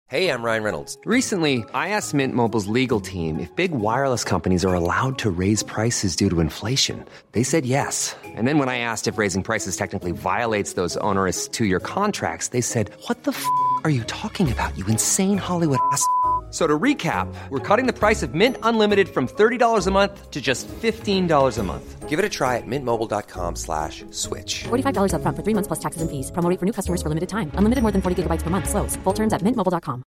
Hey, I'm Ryan Reynolds. Recently, I asked Mint Mobile's legal team if big wireless companies are allowed to raise prices due to inflation. They said yes. And then when I asked if raising prices technically violates those onerous two-year contracts, they said, "What the f*** are you talking about, you insane Hollywood ass?" So to recap, we're cutting the price of Mint Unlimited from $30 a month to just $15 a month. Give it a try at mintmobile.com/switch. $45 up front for 3 months plus taxes and fees. Promo rate for new customers for limited time. Unlimited more than 40 gigabytes per month. Slows full terms at mintmobile.com.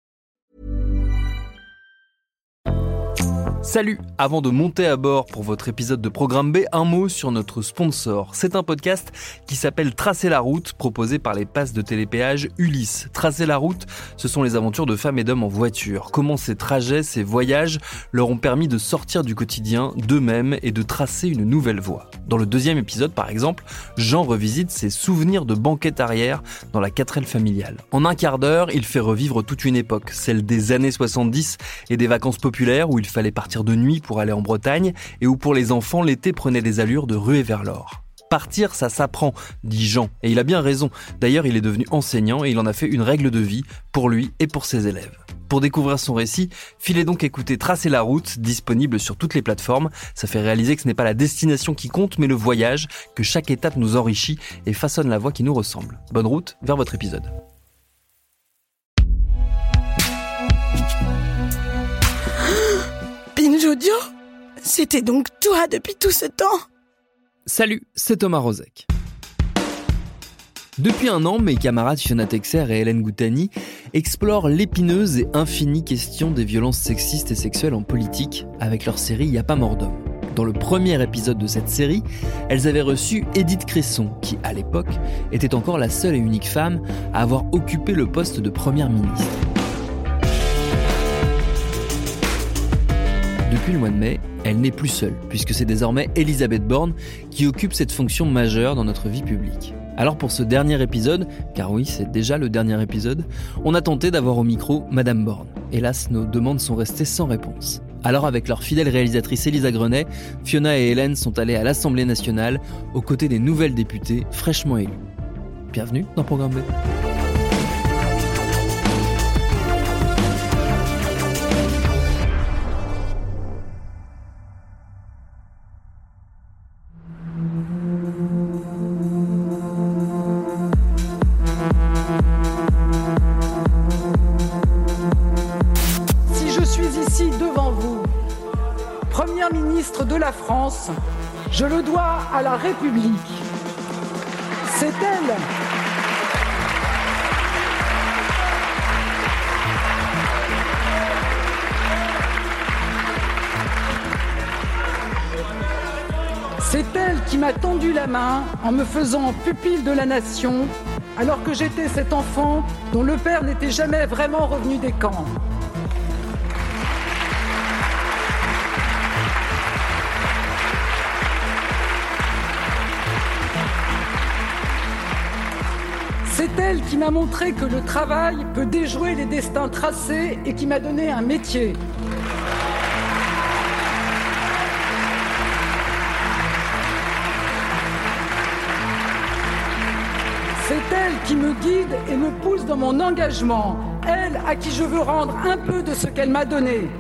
Salut! Avant de monter à bord pour votre épisode de Programme B, un mot sur notre sponsor. C'est un podcast qui s'appelle Tracer la route, proposé par les passes de télépéage Ulysse. Tracer la route, ce sont les aventures de femmes et d'hommes en voiture. Comment ces trajets, ces voyages leur ont permis de sortir du quotidien d'eux-mêmes et de tracer une nouvelle voie. Dans le deuxième épisode, par exemple, Jean revisite ses souvenirs de banquette arrière dans la 4L familiale. En un quart d'heure, il fait revivre toute une époque, celle des années 70 et des vacances populaires où il fallait partir de nuit pour aller en Bretagne et où pour les enfants l'été prenait des allures de ruée vers l'or. Partir, ça s'apprend, dit Jean, et il a bien raison. D'ailleurs, il est devenu enseignant et il en a fait une règle de vie pour lui et pour ses élèves. Pour découvrir son récit, filez donc écouter Tracer la route, disponible sur toutes les plateformes. Ça fait réaliser que ce n'est pas la destination qui compte, mais le voyage, que chaque étape nous enrichit et façonne la voie qui nous ressemble. Bonne route vers votre épisode. Binge Audio ? C'était donc toi depuis tout ce temps ? Salut, c'est Thomas Rozek. Depuis un an, mes camarades Fiona Texer et Hélène Goutani explorent l'épineuse et infinie question des violences sexistes et sexuelles en politique avec leur série Y a pas mort d'homme. Dans le premier épisode de cette série, elles avaient reçu Édith Cresson, qui, à l'époque, était encore la seule et unique femme à avoir occupé le poste de première ministre. Depuis le mois de mai, elle n'est plus seule, puisque c'est désormais Elisabeth Borne qui occupe cette fonction majeure dans notre vie publique. Alors pour ce dernier épisode, car oui, c'est déjà le dernier épisode, on a tenté d'avoir au micro Madame Borne. Hélas, nos demandes sont restées sans réponse. Alors avec leur fidèle réalisatrice Élisa Grenet, Fiona et Hélène sont allées à l'Assemblée nationale, aux côtés des nouvelles députées fraîchement élues. Bienvenue dans Programme B. Première ministre de la France, je le dois à la République. C'est elle. C'est elle qui m'a tendu la main en me faisant pupille de la nation, alors que j'étais cet enfant dont le père n'était jamais vraiment revenu des camps. C'est elle qui m'a montré que le travail peut déjouer les destins tracés et qui m'a donné un métier. C'est elle qui me guide et me pousse dans mon engagement. Elle à qui je veux rendre un peu de ce qu'elle m'a donné.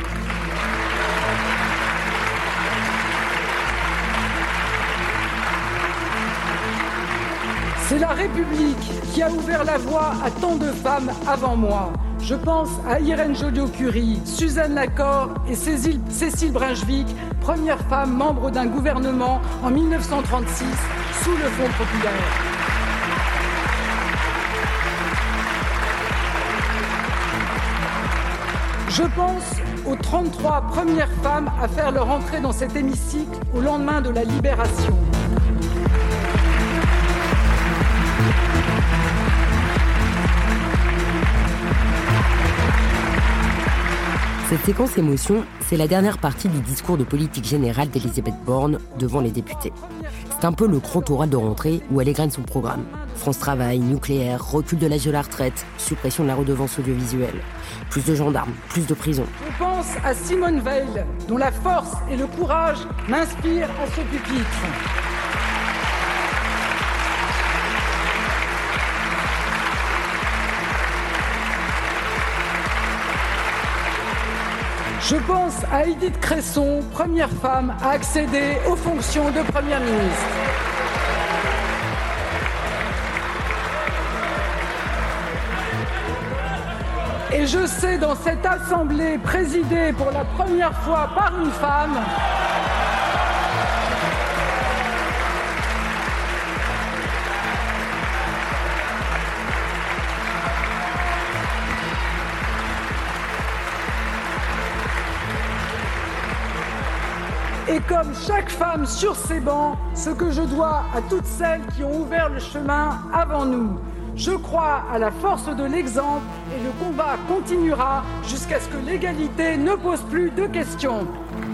C'est la République qui a ouvert la voie à tant de femmes avant moi. Je pense à Irène Joliot-Curie, Suzanne Lacorre et Cécile Brunschvicg, première femme membre d'un gouvernement en 1936 sous le Front populaire. Je pense aux 33 premières femmes à faire leur entrée dans cet hémicycle au lendemain de la Libération. Cette séquence émotion, c'est la dernière partie du discours de politique générale d'Elisabeth Borne devant les députés. C'est un peu le grand oral de rentrée où elle égrène son programme. France Travail, nucléaire, recul de l'âge de la retraite, suppression de la redevance audiovisuelle. Plus de gendarmes, plus de prisons. Je pense à Simone Veil, dont la force et le courage m'inspirent à ce pupitre. Je pense à Edith Cresson, première femme à accéder aux fonctions de Première ministre. Et je sais, dans cette assemblée présidée pour la première fois par une femme, et comme chaque femme sur ces bancs, ce que je dois à toutes celles qui ont ouvert le chemin avant nous. Je crois à la force de l'exemple et le combat continuera jusqu'à ce que l'égalité ne pose plus de questions.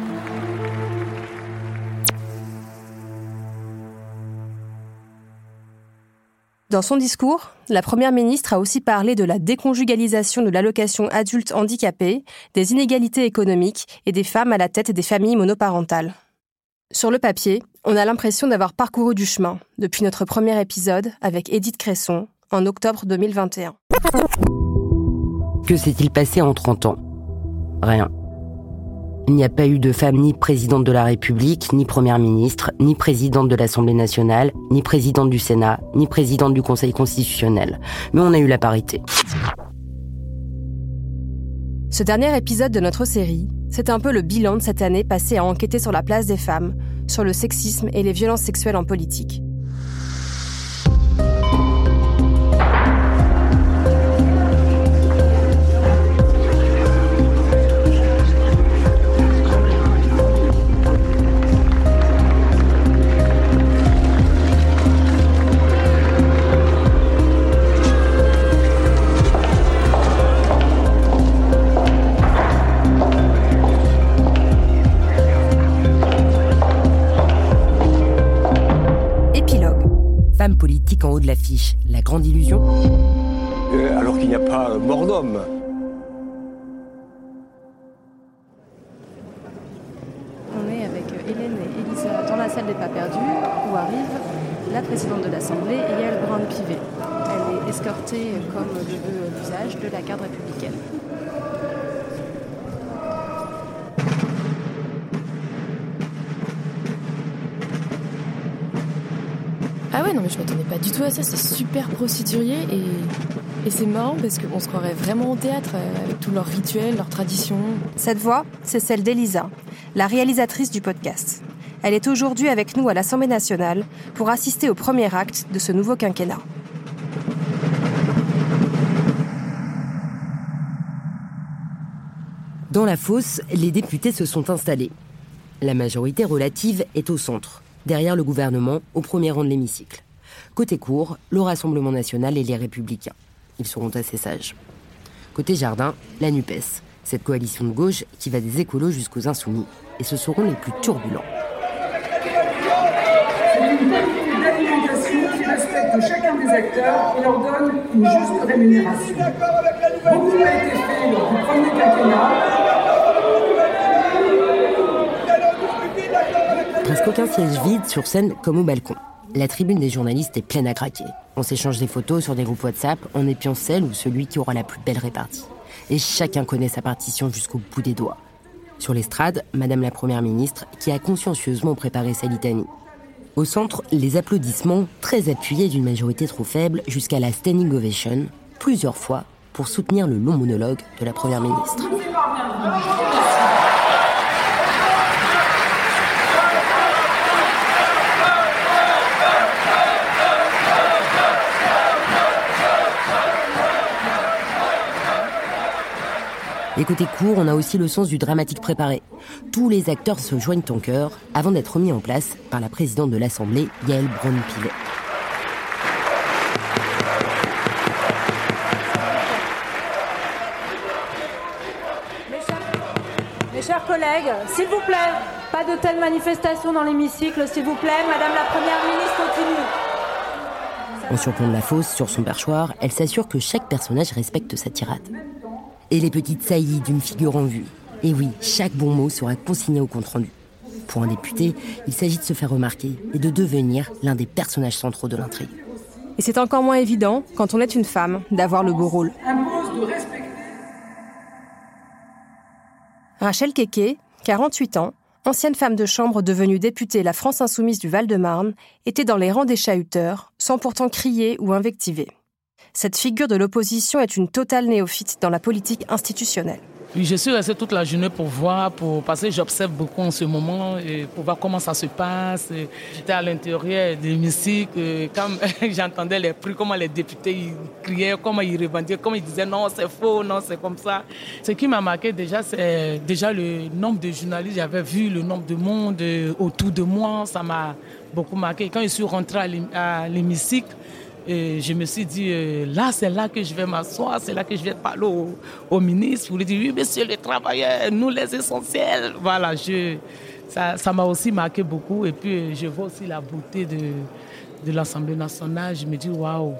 Dans son discours, la Première ministre a aussi parlé de la déconjugalisation de l'allocation adulte handicapé, des inégalités économiques et des femmes à la tête des familles monoparentales. Sur le papier, on a l'impression d'avoir parcouru du chemin depuis notre premier épisode avec Edith Cresson en octobre 2021. Que s'est-il passé en 30 ans ? Rien. Il n'y a pas eu de femme ni présidente de la République, ni première ministre, ni présidente de l'Assemblée nationale, ni présidente du Sénat, ni présidente du Conseil constitutionnel. Mais on a eu la parité. Ce dernier épisode de notre série, c'est un peu le bilan de cette année passée à enquêter sur la place des femmes, sur le sexisme et les violences sexuelles en politique. Femme politique en haut de l'affiche, la grande illusion. Alors qu'il n'y a pas mort d'homme. On est avec Hélène et Elisa dans la salle des pas perdus, où arrive la présidente de l'Assemblée, Yael Braun-Pivet. Elle est escortée, comme le veut l'usage, de la garde républicaine. Ah ouais, non mais je m'attendais pas du tout à ça, c'est super procédurier et c'est marrant parce qu'on se croirait vraiment au théâtre avec tous leurs rituels, leurs traditions. Cette voix, c'est celle d'Elisa, la réalisatrice du podcast. Elle est aujourd'hui avec nous à l'Assemblée nationale pour assister au premier acte de ce nouveau quinquennat. Dans la fosse, les députés se sont installés. La majorité relative est au centre, derrière le gouvernement, au premier rang de l'hémicycle. Côté cour, le Rassemblement national et les Républicains. Ils seront assez sages. Côté jardin, la NUPES, cette coalition de gauche qui va des écolos jusqu'aux insoumis. Et ce seront les plus turbulents. C'est une politique d'alimentation qui respecte chacun des acteurs et leur donne une juste rémunération. Beaucoup a été fait lors du premier quinquennat. Presque aucun siège vide sur scène comme au balcon. La tribune des journalistes est pleine à craquer. On s'échange des photos sur des groupes WhatsApp en épiant celle ou celui qui aura la plus belle répartie. Et chacun connaît sa partition jusqu'au bout des doigts. Sur l'estrade, Madame la Première ministre qui a consciencieusement préparé sa litanie. Au centre, les applaudissements très appuyés d'une majorité trop faible jusqu'à la standing ovation, plusieurs fois, pour soutenir le long monologue de la Première ministre. Et côté court, on a aussi le sens du dramatique préparé. Tous les acteurs se joignent en chœur avant d'être mis en place par la présidente de l'Assemblée, Yael Braun-Pivet. Mes chers collègues, s'il vous plaît, pas de telles manifestations dans l'hémicycle, s'il vous plaît. Madame la Première ministre continue. En surplomb de la fosse, sur son perchoir, elle s'assure que chaque personnage respecte sa tirade. Et les petites saillies d'une figure en vue. Et oui, chaque bon mot sera consigné au compte-rendu. Pour un député, il s'agit de se faire remarquer et de devenir l'un des personnages centraux de l'intrigue. Et c'est encore moins évident, quand on est une femme, d'avoir le beau rôle. Rachel Keke, 48 ans, ancienne femme de chambre devenue députée La France Insoumise du Val-de-Marne, était dans les rangs des chahuteurs, sans pourtant crier ou invectiver. Cette figure de l'opposition est une totale néophyte dans la politique institutionnelle. Oui, je suis restée toute la journée parce que j'observe beaucoup en ce moment, pour voir comment ça se passe. J'étais à l'intérieur de l'hémicycle, quand j'entendais les prix, comment les députés ils criaient, comment ils revendiquaient, comment ils disaient non, c'est faux, non, c'est comme ça. Ce qui m'a marqué déjà, c'est déjà le nombre de journalistes. J'avais vu le nombre de monde autour de moi, ça m'a beaucoup marqué. Quand je suis rentrée à l'hémicycle, et je me suis dit, là, c'est là que je vais m'asseoir, c'est là que je vais parler au ministre pour lui dire, oui, monsieur le travailleur, nous les essentiels. Voilà, ça m'a aussi marqué beaucoup. Et puis, je vois aussi la beauté de l'Assemblée nationale. Je me dis, waouh.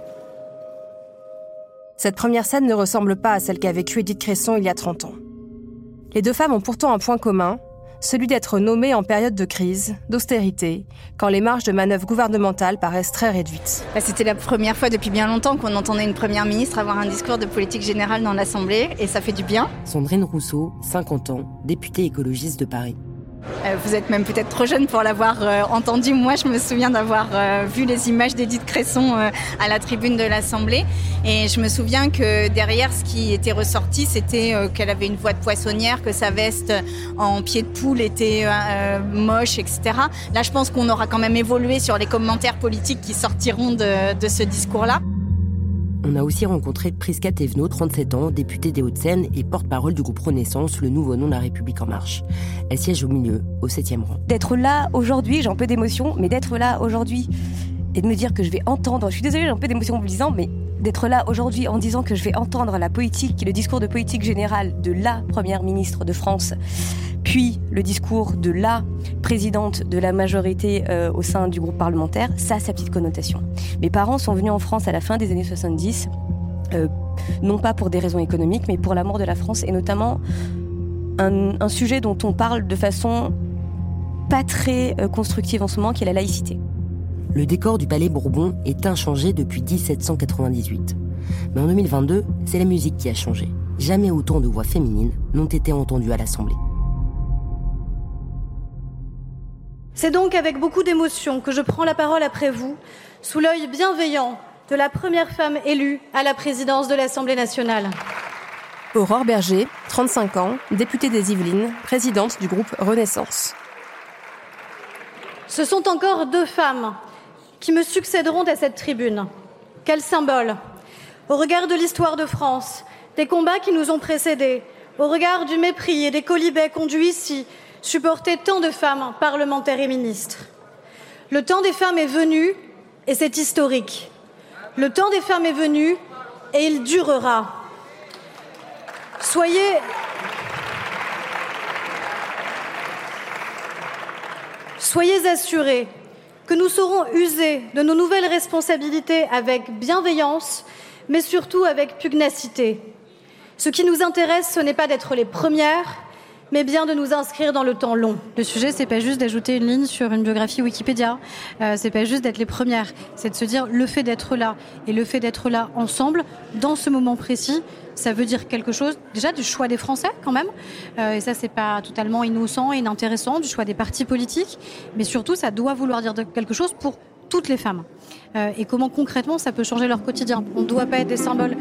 Cette première scène ne ressemble pas à celle qu'a vécue Édith Cresson il y a 30 ans. Les deux femmes ont pourtant un point commun, celui d'être nommées en période de crise, d'austérité, quand les marges de manœuvre gouvernementales paraissent très réduites. C'était la première fois depuis bien longtemps qu'on entendait une première ministre avoir un discours de politique générale dans l'Assemblée, et ça fait du bien. Sandrine Rousseau, 50 ans, députée écologiste de Paris. Vous êtes même peut-être trop jeune pour l'avoir entendu. Moi, je me souviens d'avoir vu les images d'Édith Cresson à la tribune de l'Assemblée. Et je me souviens que derrière, ce qui était ressorti, c'était qu'elle avait une voix de poissonnière, que sa veste en pied de poule était moche, etc. Là, je pense qu'on aura quand même évolué sur les commentaires politiques qui sortiront de ce discours-là. On a aussi rencontré Prisca Thévenot, 37 ans, députée des Hauts-de-Seine et porte-parole du groupe Renaissance, le nouveau nom de La République En Marche. Elle siège au milieu, au 7e rang. D'être là aujourd'hui, j'ai un peu d'émotion, mais d'être là aujourd'hui et de me dire que je vais entendre, je suis désolée, j'ai un peu d'émotion en vous le disant, mais d'être là aujourd'hui en disant que je vais entendre la politique, le discours de politique générale de la première ministre de France, puis le discours de la présidente de la majorité au sein du groupe parlementaire, ça a sa petite connotation. Mes parents sont venus en France à la fin des années 70, non pas pour des raisons économiques, mais pour l'amour de la France, et notamment un sujet dont on parle de façon pas très constructive en ce moment, qui est la laïcité. Le décor du Palais Bourbon est inchangé depuis 1798. Mais en 2022, c'est la musique qui a changé. Jamais autant de voix féminines n'ont été entendues à l'Assemblée. C'est donc avec beaucoup d'émotion que je prends la parole après vous, sous l'œil bienveillant de la première femme élue à la présidence de l'Assemblée nationale. Aurore Berger, 35 ans, députée des Yvelines, présidente du groupe Renaissance. Ce sont encore 2 femmes qui me succéderont à cette tribune. Quel symbole! Au regard de l'histoire de France, des combats qui nous ont précédés, au regard du mépris et des quolibets qu'ont dû ici supporter tant de femmes parlementaires et ministres. Le temps des femmes est venu et c'est historique. Le temps des femmes est venu et il durera. Soyez assurés que nous saurons user de nos nouvelles responsabilités avec bienveillance, mais surtout avec pugnacité. Ce qui nous intéresse, ce n'est pas d'être les premières, mais bien de nous inscrire dans le temps long. Le sujet, c'est pas juste d'ajouter une ligne sur une biographie Wikipédia, c'est pas juste d'être les premières, c'est de se dire le fait d'être là, et le fait d'être là ensemble, dans ce moment précis, ça veut dire quelque chose, déjà du choix des Français quand même, et ça c'est pas totalement innocent et inintéressant, du choix des partis politiques, mais surtout ça doit vouloir dire quelque chose pour toutes les femmes. Et comment concrètement ça peut changer leur quotidien. On ne doit pas être des symboles.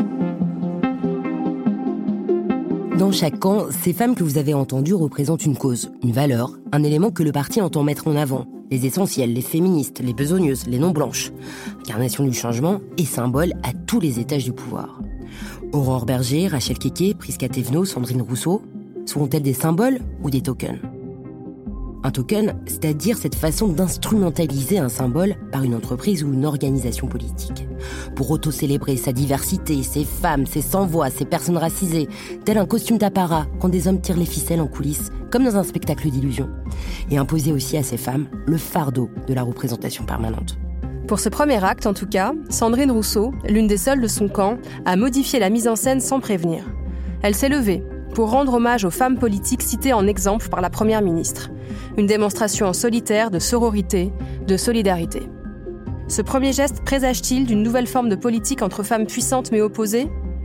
Dans chaque camp, ces femmes que vous avez entendues représentent une cause, une valeur, un élément que le parti entend mettre en avant. Les essentiels, les féministes, les besogneuses, les non-blanches. Incarnation du changement et symbole à tous les étages du pouvoir. Aurore Berger, Rachel Keke, Prisca Thévenot, Sandrine Rousseau, seront-elles des symboles ou des tokens ? Un token, c'est-à-dire cette façon d'instrumentaliser un symbole par une entreprise ou une organisation politique. Pour auto-célébrer sa diversité, ses femmes, ses sans-voix, ses personnes racisées, tel un costume d'apparat quand des hommes tirent les ficelles en coulisses, comme dans un spectacle d'illusion. Et imposer aussi à ces femmes le fardeau de la représentation permanente. Pour ce premier acte, en tout cas, Sandrine Rousseau, l'une des seules de son camp, a modifié la mise en scène sans prévenir. Elle s'est levée pour rendre hommage aux femmes politiques citées en exemple par la Première ministre. Une démonstration en solitaire de sororité, de solidarité. Ce premier geste présage-t-il d'une nouvelle forme de politique entre femmes puissantes mais opposées ?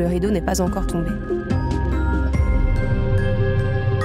Le rideau n'est pas encore tombé.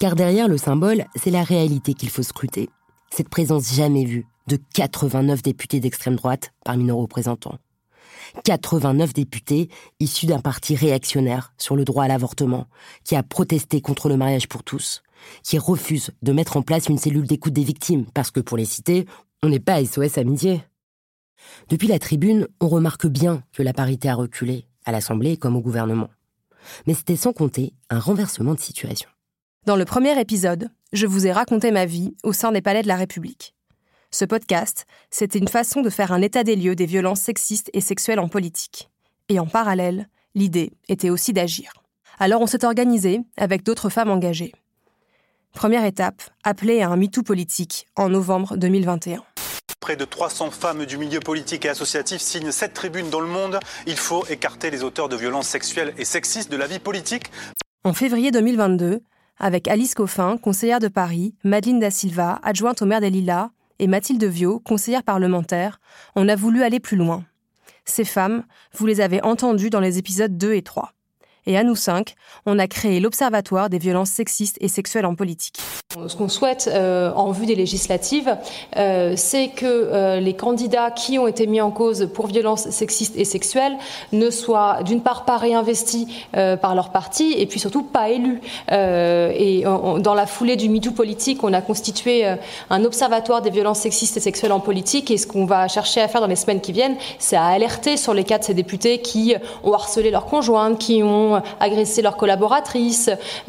Car derrière le symbole, c'est la réalité qu'il faut scruter. Cette présence jamais vue de 89 députés d'extrême droite parmi nos représentants. 89 députés issus d'un parti réactionnaire sur le droit à l'avortement, qui a protesté contre le mariage pour tous, qui refuse de mettre en place une cellule d'écoute des victimes, parce que pour les citer, on n'est pas SOS Amitié. Depuis la tribune, on remarque bien que la parité a reculé, à l'Assemblée comme au gouvernement. Mais c'était sans compter un renversement de situation. Dans le premier épisode, je vous ai raconté ma vie au sein des palais de la République. Ce podcast, c'était une façon de faire un état des lieux des violences sexistes et sexuelles en politique. Et en parallèle, l'idée était aussi d'agir. Alors on s'est organisé avec d'autres femmes engagées. Première étape, appeler à un MeToo politique en novembre 2021. Près de 300 femmes du milieu politique et associatif signent cette tribune dans le monde. Il faut écarter les auteurs de violences sexuelles et sexistes de la vie politique. En février 2022, avec Alice Coffin, conseillère de Paris, Madeleine Da Silva, adjointe au maire des Lilas, et Mathilde Viau, conseillère parlementaire, on a voulu aller plus loin. Ces femmes, vous les avez entendues dans les épisodes 2 et 3. Et à nous 5, on a créé l'Observatoire des violences sexistes et sexuelles en politique. Ce qu'on souhaite en vue des législatives, c'est que les candidats qui ont été mis en cause pour violences sexistes et sexuelles ne soient d'une part pas réinvestis par leur parti et puis surtout pas élus. Dans la foulée du MeToo politique, on a constitué un observatoire des violences sexistes et sexuelles en politique et ce qu'on va chercher à faire dans les semaines qui viennent, c'est à alerter sur les cas de ces députés qui ont harcelé leurs conjointes, qui ont agressé leurs collaboratrices,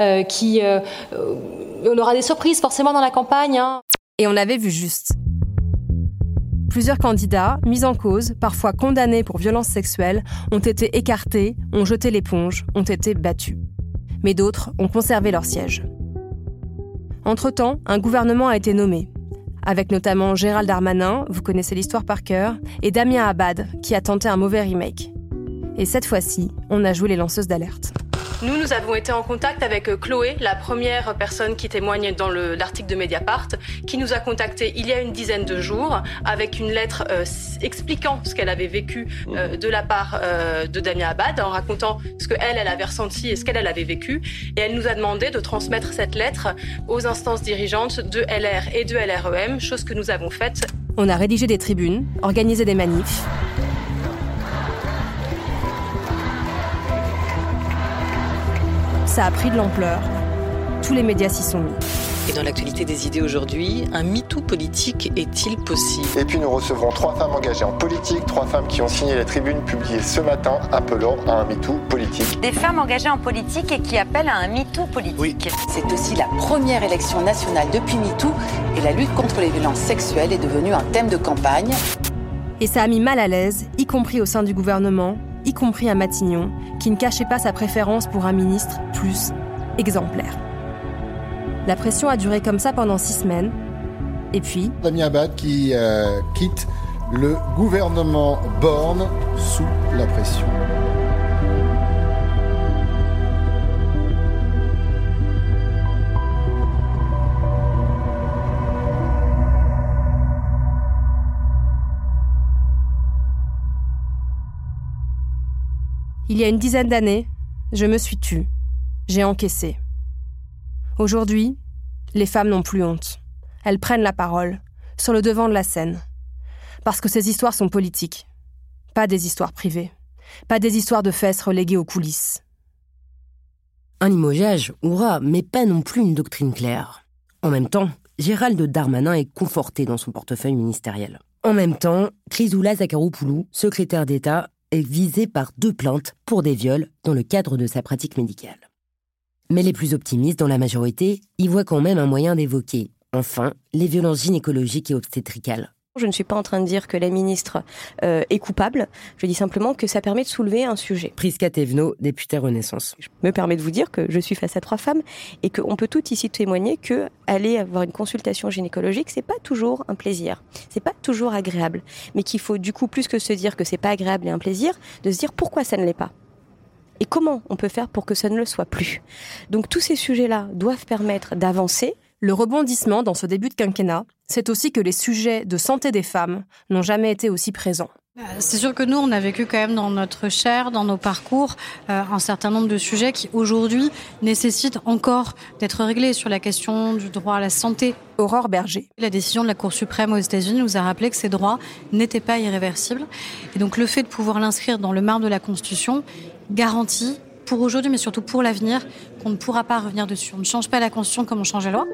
on aura des surprises forcément dans la campagne. Et on avait vu juste. Plusieurs candidats, mis en cause, parfois condamnés pour violences sexuelles, ont été écartés, ont jeté l'éponge, ont été battus. Mais d'autres ont conservé leur siège. Entre-temps, un gouvernement a été nommé, avec notamment Gérald Darmanin, vous connaissez l'histoire par cœur, et Damien Abad, qui a tenté un mauvais remake. Et cette fois-ci, on a joué les lanceuses d'alerte. Nous avons été en contact avec Chloé, la première personne qui témoigne dans l'article de Mediapart, qui nous a contactés il y a une dizaine de jours avec une lettre expliquant ce qu'elle avait vécu de la part de Damien Abad, en racontant ce qu'elle avait ressenti et ce qu'elle avait vécu. Et elle nous a demandé de transmettre cette lettre aux instances dirigeantes de LR et de LREM, chose que nous avons faite. On a rédigé des tribunes, organisé des manifs. Ça a pris de l'ampleur. Tous les médias s'y sont mis. Et dans l'actualité des idées aujourd'hui, un MeToo politique est-il possible ? Et puis nous recevrons 3 femmes engagées en politique, 3 femmes qui ont signé la tribune publiée ce matin appelant à un MeToo politique. Des femmes engagées en politique et qui appellent à un MeToo politique. Oui. C'est aussi la première élection nationale depuis MeToo et la lutte contre les violences sexuelles est devenue un thème de campagne. Et ça a mis mal à l'aise, y compris au sein du gouvernement, y compris à Matignon, qui ne cachait pas sa préférence pour un ministre plus exemplaire. La pression a duré comme ça pendant 6 semaines. Et puis... Damien Abad qui quitte le gouvernement Borne sous la pression. Il y a une dizaine d'années, je me suis tue. J'ai encaissé. Aujourd'hui, les femmes n'ont plus honte. Elles prennent la parole, sur le devant de la scène. Parce que ces histoires sont politiques. Pas des histoires privées. Pas des histoires de fesses reléguées aux coulisses. Un limogeage, hurrah, mais pas non plus une doctrine claire. En même temps, Gérald Darmanin est conforté dans son portefeuille ministériel. En même temps, Chrysoula Zakharopoulou, secrétaire d'État, est visée par 2 plaintes pour des viols dans le cadre de sa pratique médicale. Mais les plus optimistes dans la majorité y voient quand même un moyen d'évoquer, enfin, les violences gynécologiques et obstétricales. Je ne suis pas en train de dire que la ministre est coupable, je dis simplement que ça permet de soulever un sujet. Prisca Thévenot, députée Renaissance. Je me permets de vous dire que je suis face à 3 femmes et qu'on peut toutes ici témoigner que aller avoir une consultation gynécologique, c'est pas toujours un plaisir, c'est pas toujours agréable, mais qu'il faut du coup plus que se dire que c'est pas agréable et un plaisir, de se dire pourquoi ça ne l'est pas. Et comment on peut faire pour que ça ne le soit plus. Donc tous ces sujets-là doivent permettre d'avancer. Le rebondissement dans ce début de quinquennat, c'est aussi que les sujets de santé des femmes n'ont jamais été aussi présents. C'est sûr que nous, on a vécu quand même dans notre chair, dans nos parcours, un certain nombre de sujets qui, aujourd'hui, nécessitent encore d'être réglés sur la question du droit à la santé. Aurore Berger. La décision de la Cour suprême aux États-Unis nous a rappelé que ces droits n'étaient pas irréversibles. Et donc, le fait de pouvoir l'inscrire dans le marbre de la Constitution garantit, pour aujourd'hui, mais surtout pour l'avenir, qu'on ne pourra pas revenir dessus. On ne change pas la Constitution comme on change la loi.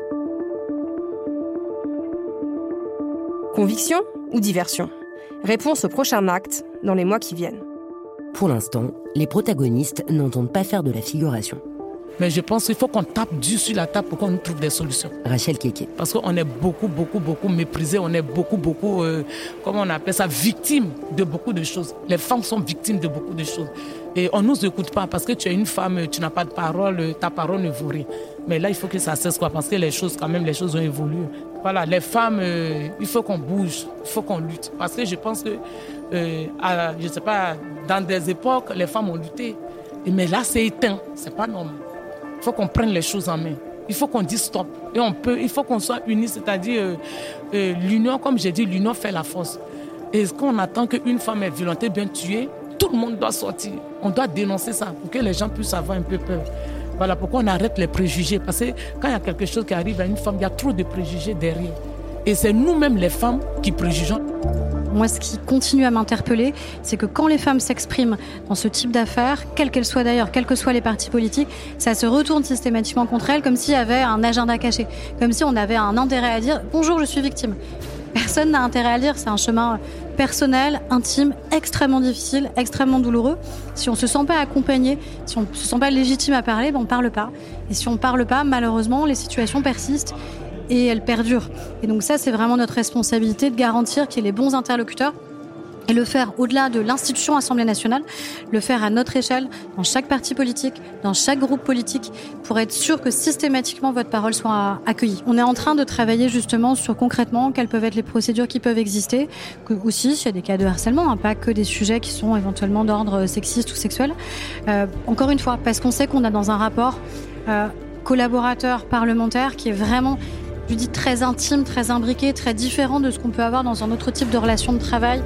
Conviction ou diversion ? Réponse au prochain acte dans les mois qui viennent. Pour l'instant, les protagonistes n'entendent pas faire de la figuration. Mais je pense qu'il faut qu'on tape dur sur la table pour qu'on trouve des solutions. Rachel Keke. Parce qu'on est beaucoup méprisés, on est beaucoup, comment on appelle ça, victimes de beaucoup de choses. Les femmes sont victimes de beaucoup de choses. Et on ne nous écoute pas parce que tu es une femme, tu n'as pas de parole, ta parole ne vaut rien. Mais là, il faut que ça cesse, parce que les choses ont évolué. Voilà, les femmes, il faut qu'on bouge, il faut qu'on lutte. Parce que je pense que, je ne sais pas, dans des époques, les femmes ont lutté. Mais là, c'est éteint, c'est pas normal. Il faut qu'on prenne les choses en main. Il faut qu'on dise stop. Et il faut qu'on soit unis, c'est-à-dire l'union, comme j'ai dit, l'union fait la force. Et quand on attend qu'une femme est violentée, bien tuée, tout le monde doit sortir. On doit dénoncer ça pour que les gens puissent avoir un peu peur. Voilà pourquoi on arrête les préjugés. Parce que quand il y a quelque chose qui arrive à une femme, il y a trop de préjugés derrière. Et c'est nous-mêmes les femmes qui préjugeons. Moi, ce qui continue à m'interpeller, c'est que quand les femmes s'expriment dans ce type d'affaires, quelles qu'elles soient d'ailleurs, quels que soient les partis politiques, ça se retourne systématiquement contre elles, comme s'il y avait un agenda caché, comme si on avait un intérêt à dire « Bonjour, je suis victime ». Personne n'a intérêt à le dire, c'est un chemin personnel, intime, extrêmement difficile, extrêmement douloureux. Si on ne se sent pas accompagné, si on ne se sent pas légitime à parler, on ne parle pas. Et si on ne parle pas, malheureusement, les situations persistent et elles perdurent. Et donc ça, c'est vraiment notre responsabilité de garantir qu'il y ait les bons interlocuteurs et le faire au-delà de l'institution Assemblée nationale, le faire à notre échelle, dans chaque parti politique, dans chaque groupe politique, pour être sûr que systématiquement votre parole soit accueillie. On est en train de travailler justement sur concrètement quelles peuvent être les procédures qui peuvent exister, que aussi s'il y a des cas de harcèlement, pas que des sujets qui sont éventuellement d'ordre sexiste ou sexuel. Encore une fois, parce qu'on sait qu'on a dans un rapport collaborateur parlementaire qui est vraiment, je dis, très intime, très imbriqué, très différent de ce qu'on peut avoir dans un autre type de relation de travail.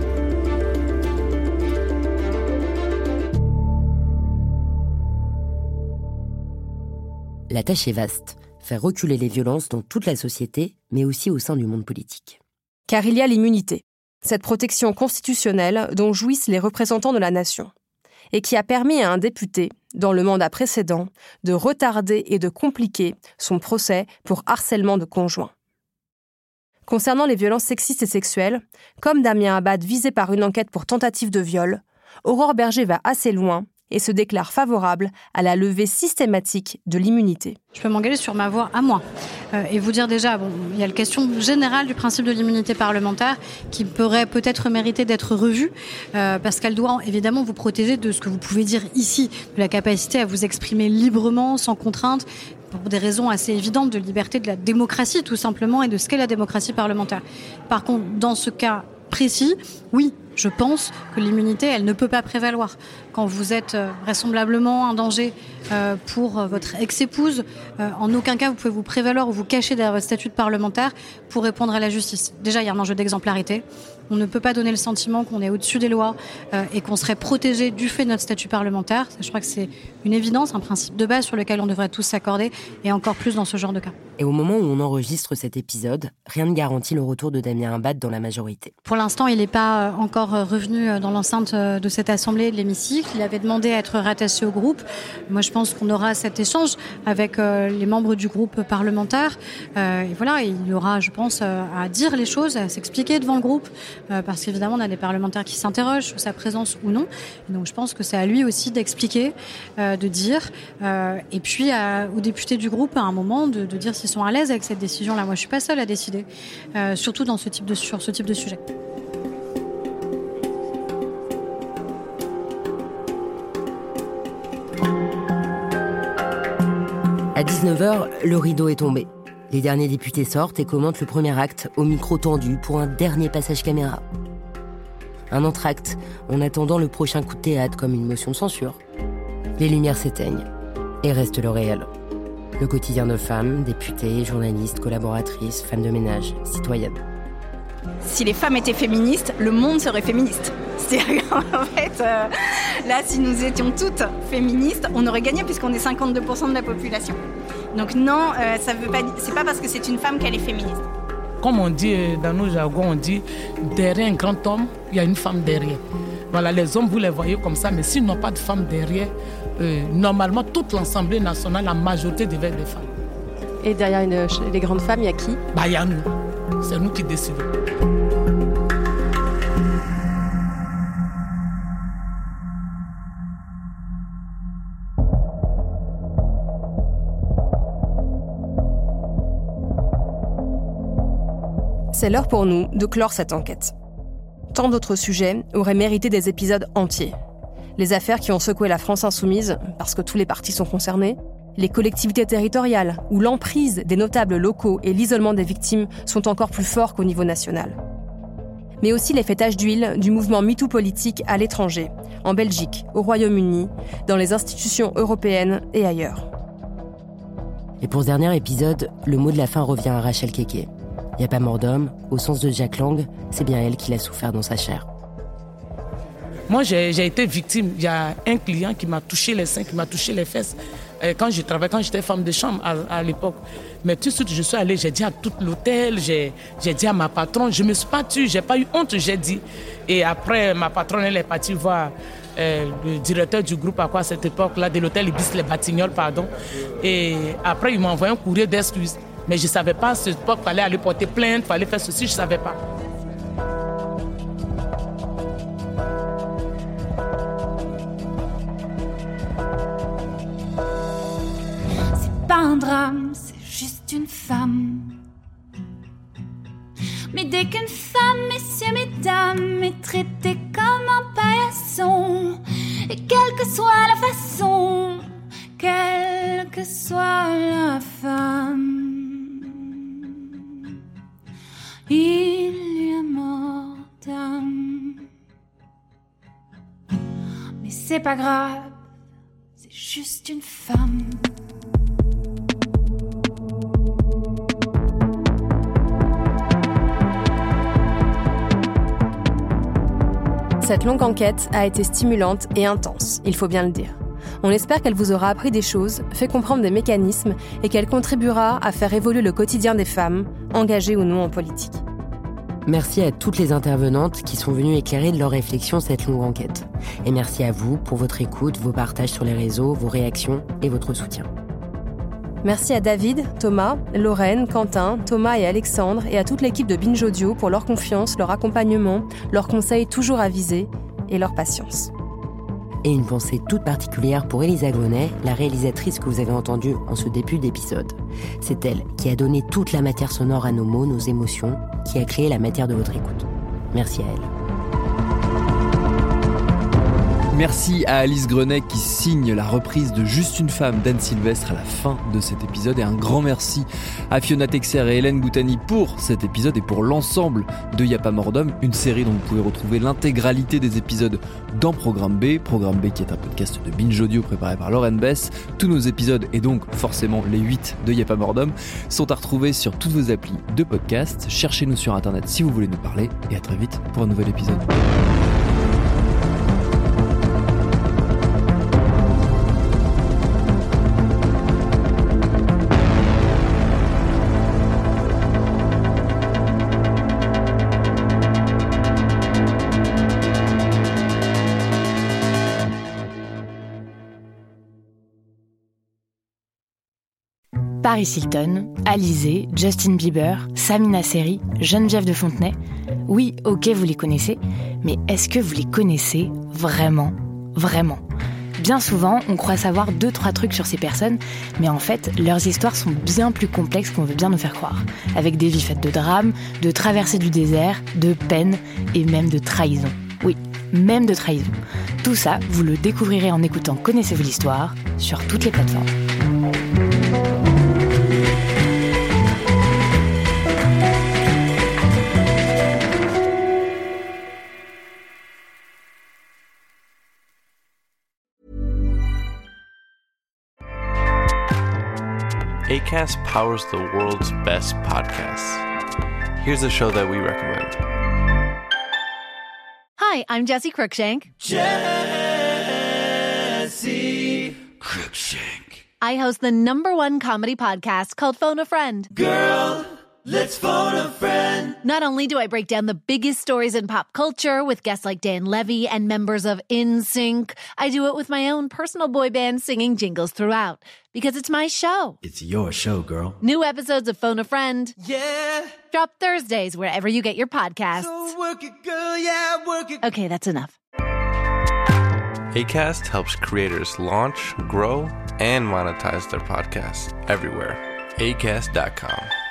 La tâche est vaste, faire reculer les violences dans toute la société, mais aussi au sein du monde politique. Car il y a l'immunité, cette protection constitutionnelle dont jouissent les représentants de la nation, et qui a permis à un député, dans le mandat précédent, de retarder et de compliquer son procès pour harcèlement de conjoint. Concernant les violences sexistes et sexuelles, comme Damien Abad visé par une enquête pour tentative de viol, Aurore Berger va assez loin et se déclare favorable à la levée systématique de l'immunité. Je peux m'engager sur ma voie à moi et vous dire déjà, il y a la question générale du principe de l'immunité parlementaire qui pourrait peut-être mériter d'être revue parce qu'elle doit évidemment vous protéger de ce que vous pouvez dire ici, de la capacité à vous exprimer librement, sans contrainte, pour des raisons assez évidentes de liberté de la démocratie tout simplement et de ce qu'est la démocratie parlementaire. Par contre, dans ce cas précis, oui, je pense que l'immunité, elle ne peut pas prévaloir. Quand vous êtes vraisemblablement un danger pour votre ex-épouse, en aucun cas vous pouvez vous prévaloir ou vous cacher derrière votre statut de parlementaire pour répondre à la justice. Déjà, il y a un enjeu d'exemplarité. On ne peut pas donner le sentiment qu'on est au-dessus des lois et qu'on serait protégé du fait de notre statut parlementaire. Je crois que c'est une évidence, un principe de base sur lequel on devrait tous s'accorder, et encore plus dans ce genre de cas. Et au moment où on enregistre cet épisode, rien ne garantit le retour de Damien Abad dans la majorité. Pour l'instant, il n'est pas encore revenu dans l'enceinte de cette assemblée, de l'hémicycle. Il avait demandé à être rattaché au groupe. Moi, je pense qu'on aura cet échange avec les membres du groupe parlementaire. Et voilà, il y aura, je pense, à dire les choses, à s'expliquer devant le groupe, parce qu'évidemment, on a des parlementaires qui s'interrogent sur sa présence ou non. Et donc, je pense que c'est à lui aussi d'expliquer, de dire, et puis aux députés du groupe, à un moment, de dire s'ils sont à l'aise avec cette décision-là. Moi, je suis pas seule à décider, surtout sur ce type de sujet. À 19h, le rideau est tombé. Les derniers députés sortent et commentent le premier acte au micro tendu pour un dernier passage caméra. Un entracte en attendant le prochain coup de théâtre comme une motion de censure. Les lumières s'éteignent et reste le réel. Le quotidien de femmes, députées, journalistes, collaboratrices, femmes de ménage, citoyennes. Si les femmes étaient féministes, le monde serait féministe. C'est-à-dire qu'en fait, là, si nous étions toutes féministes, on aurait gagné puisqu'on est 52% de la population. Donc non, ça veut pas, c'est pas parce que c'est une femme qu'elle est féministe. Comme on dit dans nos jargons, on dit derrière un grand homme, il y a une femme derrière. Voilà, les hommes, vous les voyez comme ça, mais s'ils n'ont pas de femme derrière, normalement, toute l'Assemblée nationale, la majorité devait être des femmes. Et derrière les grandes femmes, il y a qui ? Il y a nous. C'est nous qui décidons. C'est l'heure pour nous de clore cette enquête. Tant d'autres sujets auraient mérité des épisodes entiers. Les affaires qui ont secoué la France insoumise, parce que tous les partis sont concernés, les collectivités territoriales, où l'emprise des notables locaux et l'isolement des victimes sont encore plus forts qu'au niveau national. Mais aussi les fêtages d'huile du mouvement MeToo politique à l'étranger, en Belgique, au Royaume-Uni, dans les institutions européennes et ailleurs. Et pour ce dernier épisode, le mot de la fin revient à Rachel Keke. Il n'y a pas mort d'homme, au sens de Jack Lang, c'est bien elle qui l'a souffert dans sa chair. Moi, j'ai été victime. Il y a un client qui m'a touché les seins, qui m'a touché les fesses. Quand j'étais femme de chambre à l'époque. Mais tout de suite, je suis allée, j'ai dit à tout l'hôtel, j'ai dit à ma patronne, je ne me suis pas tue, je n'ai pas eu honte, j'ai dit. Et après, ma patronne, elle est partie voir le directeur du groupe à cette époque-là, de l'hôtel Ibis Les Batignolles, pardon. Et après, il m'a envoyé un courrier d'excuses. Mais je ne savais pas à cette époque, il fallait aller porter plainte, il fallait faire ceci, je ne savais pas. C'est pas un drame, c'est juste une femme. Mais dès qu'une femme, messieurs, mesdames, est traitée comme un paillasson, et quelle que soit la façon, quelle que soit la femme, il y a mort d'âme. Mais c'est pas grave, c'est juste une femme. Cette longue enquête a été stimulante et intense, il faut bien le dire. On espère qu'elle vous aura appris des choses, fait comprendre des mécanismes et qu'elle contribuera à faire évoluer le quotidien des femmes, engagées ou non en politique. Merci à toutes les intervenantes qui sont venues éclairer de leurs réflexions cette longue enquête. Et merci à vous pour votre écoute, vos partages sur les réseaux, vos réactions et votre soutien. Merci à David, Thomas, Lorraine, Quentin, Thomas et Alexandre et à toute l'équipe de Binge Audio pour leur confiance, leur accompagnement, leurs conseils toujours avisés et leur patience. Et une pensée toute particulière pour Elisa Gonnet, la réalisatrice que vous avez entendue en ce début d'épisode. C'est elle qui a donné toute la matière sonore à nos mots, nos émotions, qui a créé la matière de votre écoute. Merci à elle. Merci à Alice Grenet qui signe la reprise de Juste une femme d'Anne Sylvestre à la fin de cet épisode. Et un grand merci à Fiona Texer et Hélène Boutani pour cet épisode et pour l'ensemble de Y'a pas mort d'homme, une série dont vous pouvez retrouver l'intégralité des épisodes dans Programme B. Programme B qui est un podcast de Binge Audio préparé par Lauren Bess. Tous nos épisodes et donc forcément les 8 de Y'a pas mort d'homme sont à retrouver sur toutes vos applis de podcast. Cherchez-nous sur internet si vous voulez nous parler et à très vite pour un nouvel épisode. Paris Hilton, Alizée, Justin Bieber, Samina Seri, Geneviève de Fontenay. Oui, ok, vous les connaissez, mais est-ce que vous les connaissez vraiment ? Vraiment ? Bien souvent, on croit savoir 2-3 trucs sur ces personnes, mais en fait, leurs histoires sont bien plus complexes qu'on veut bien nous faire croire, avec des vies faites de drames, de traversées du désert, de peine et même de trahison. Oui, même de trahison. Tout ça, vous le découvrirez en écoutant Connaissez-vous l'histoire sur toutes les plateformes. Acast powers the world's best podcasts. Here's a show that we recommend. Hi, I'm Jessie Cruikshank. Jessie Cruikshank. I host the #1 comedy podcast called Phone a Friend. Girl, let's phone a friend. Not only do I break down the biggest stories in pop culture with guests like Dan Levy and members of NSYNC, I do it with my own personal boy band singing jingles throughout. Because it's my show. It's your show, girl. New episodes of Phone a Friend. Yeah. Drop Thursdays wherever you get your podcasts. So work it, girl, yeah, work it. Okay, that's enough. Acast helps creators launch, grow, and monetize their podcasts everywhere. Acast.com.